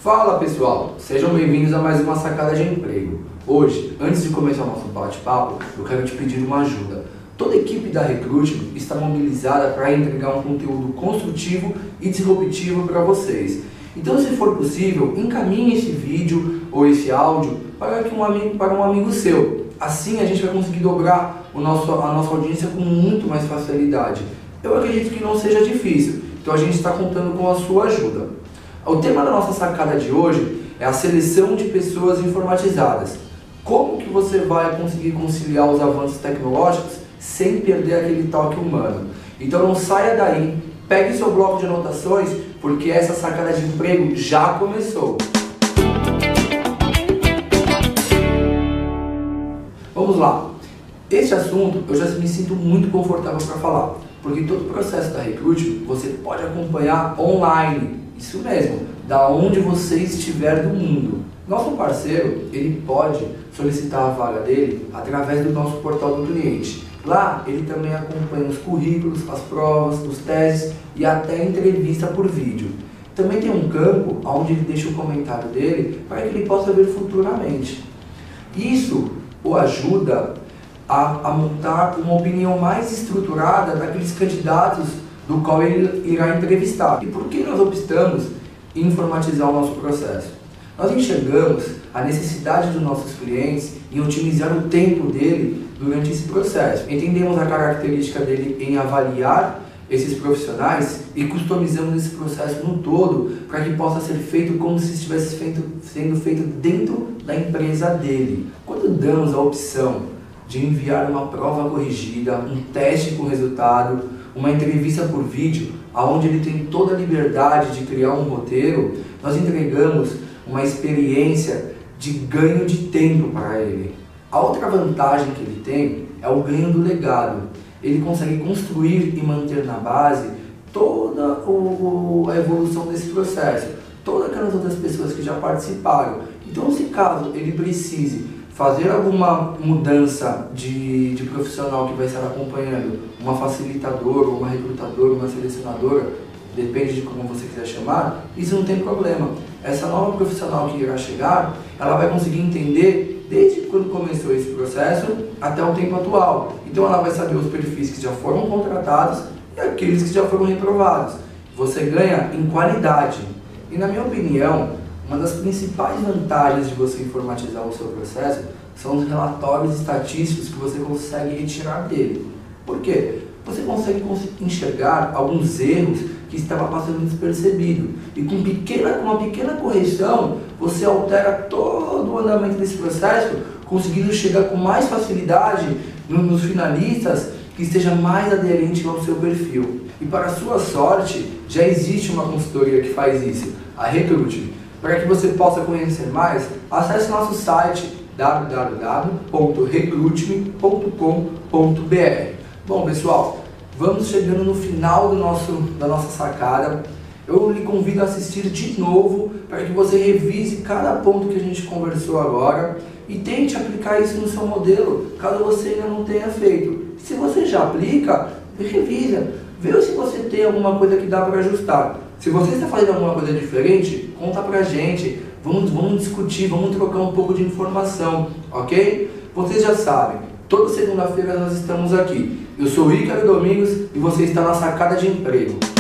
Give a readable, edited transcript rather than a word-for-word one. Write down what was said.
Fala pessoal, sejam bem-vindos a mais uma Sacada de Emprego. Hoje, antes de começar o nosso bate-papo, eu quero te pedir uma ajuda. Toda a equipe da Recruitment está mobilizada para entregar um conteúdo construtivo e disruptivo para vocês. Então, se for possível, encaminhe esse vídeo ou esse áudio para um amigo seu. Assim a gente vai conseguir dobrar a nossa audiência com muito mais facilidade. Eu acredito que não seja difícil, então a gente está contando com a sua ajuda. O tema da nossa sacada de hoje é a seleção de pessoas informatizadas. Como que você vai conseguir conciliar os avanços tecnológicos sem perder aquele toque humano? Então não saia daí, pegue seu bloco de anotações, porque essa sacada de emprego já começou. Vamos lá. Este assunto eu já me sinto muito confortável para falar, porque todo o processo da Recruitment você pode acompanhar online. Isso mesmo, da onde você estiver do mundo. Nosso parceiro, ele pode solicitar a vaga dele através do nosso portal do cliente. Lá, ele também acompanha os currículos, as provas, os testes e até entrevista por vídeo. Também tem um campo onde ele deixa o comentário dele para que ele possa ver futuramente. Isso o ajuda a montar uma opinião mais estruturada daqueles candidatos do qual ele irá entrevistar. E por que nós optamos em informatizar o nosso processo? Nós enxergamos a necessidade dos nossos clientes em otimizar o tempo dele durante esse processo. Entendemos a característica dele em avaliar esses profissionais e customizamos esse processo no todo para que possa ser feito como se estivesse sendo feito dentro da empresa dele. Quando damos a opção de enviar uma prova corrigida, um teste com resultado, uma entrevista por vídeo, onde ele tem toda a liberdade de criar um roteiro, nós entregamos uma experiência de ganho de tempo para ele. A outra vantagem que ele tem é o ganho do legado. Ele consegue construir e manter na base toda a evolução desse processo, todas aquelas outras pessoas que já participaram. Então, se caso ele precise fazer alguma mudança de profissional que vai estar acompanhando, uma facilitadora, uma recrutadora, uma selecionadora, depende de como você quiser chamar, isso não tem problema. Essa nova profissional que irá chegar, ela vai conseguir entender desde quando começou esse processo até o tempo atual. Então ela vai saber os perfis que já foram contratados e aqueles que já foram reprovados. Você ganha em qualidade. E na minha opinião, uma das principais vantagens de você informatizar o seu processo são os relatórios estatísticos que você consegue retirar dele. Por quê? Você consegue enxergar alguns erros que estavam passando despercebido. E com uma pequena correção, você altera todo o andamento desse processo, conseguindo chegar com mais facilidade nos finalistas que esteja mais aderente ao seu perfil. E para sua sorte, já existe uma consultoria que faz isso, a Recruitment. Para que você possa conhecer mais, acesse nosso site www.recruitment.com.br. Bom pessoal, vamos chegando no final da nossa sacada. Eu lhe convido a assistir de novo para que você revise cada ponto que a gente conversou agora e tente aplicar isso no seu modelo, caso você ainda não tenha feito. Se você já aplica, revisa, vê se você tem alguma coisa que dá para ajustar. Se você está fazendo alguma coisa diferente, conta pra gente, vamos discutir, vamos trocar um pouco de informação, ok? Vocês já sabem, toda segunda-feira nós estamos aqui. Eu sou o Ícaro Domingos e você está na Sacada de Emprego.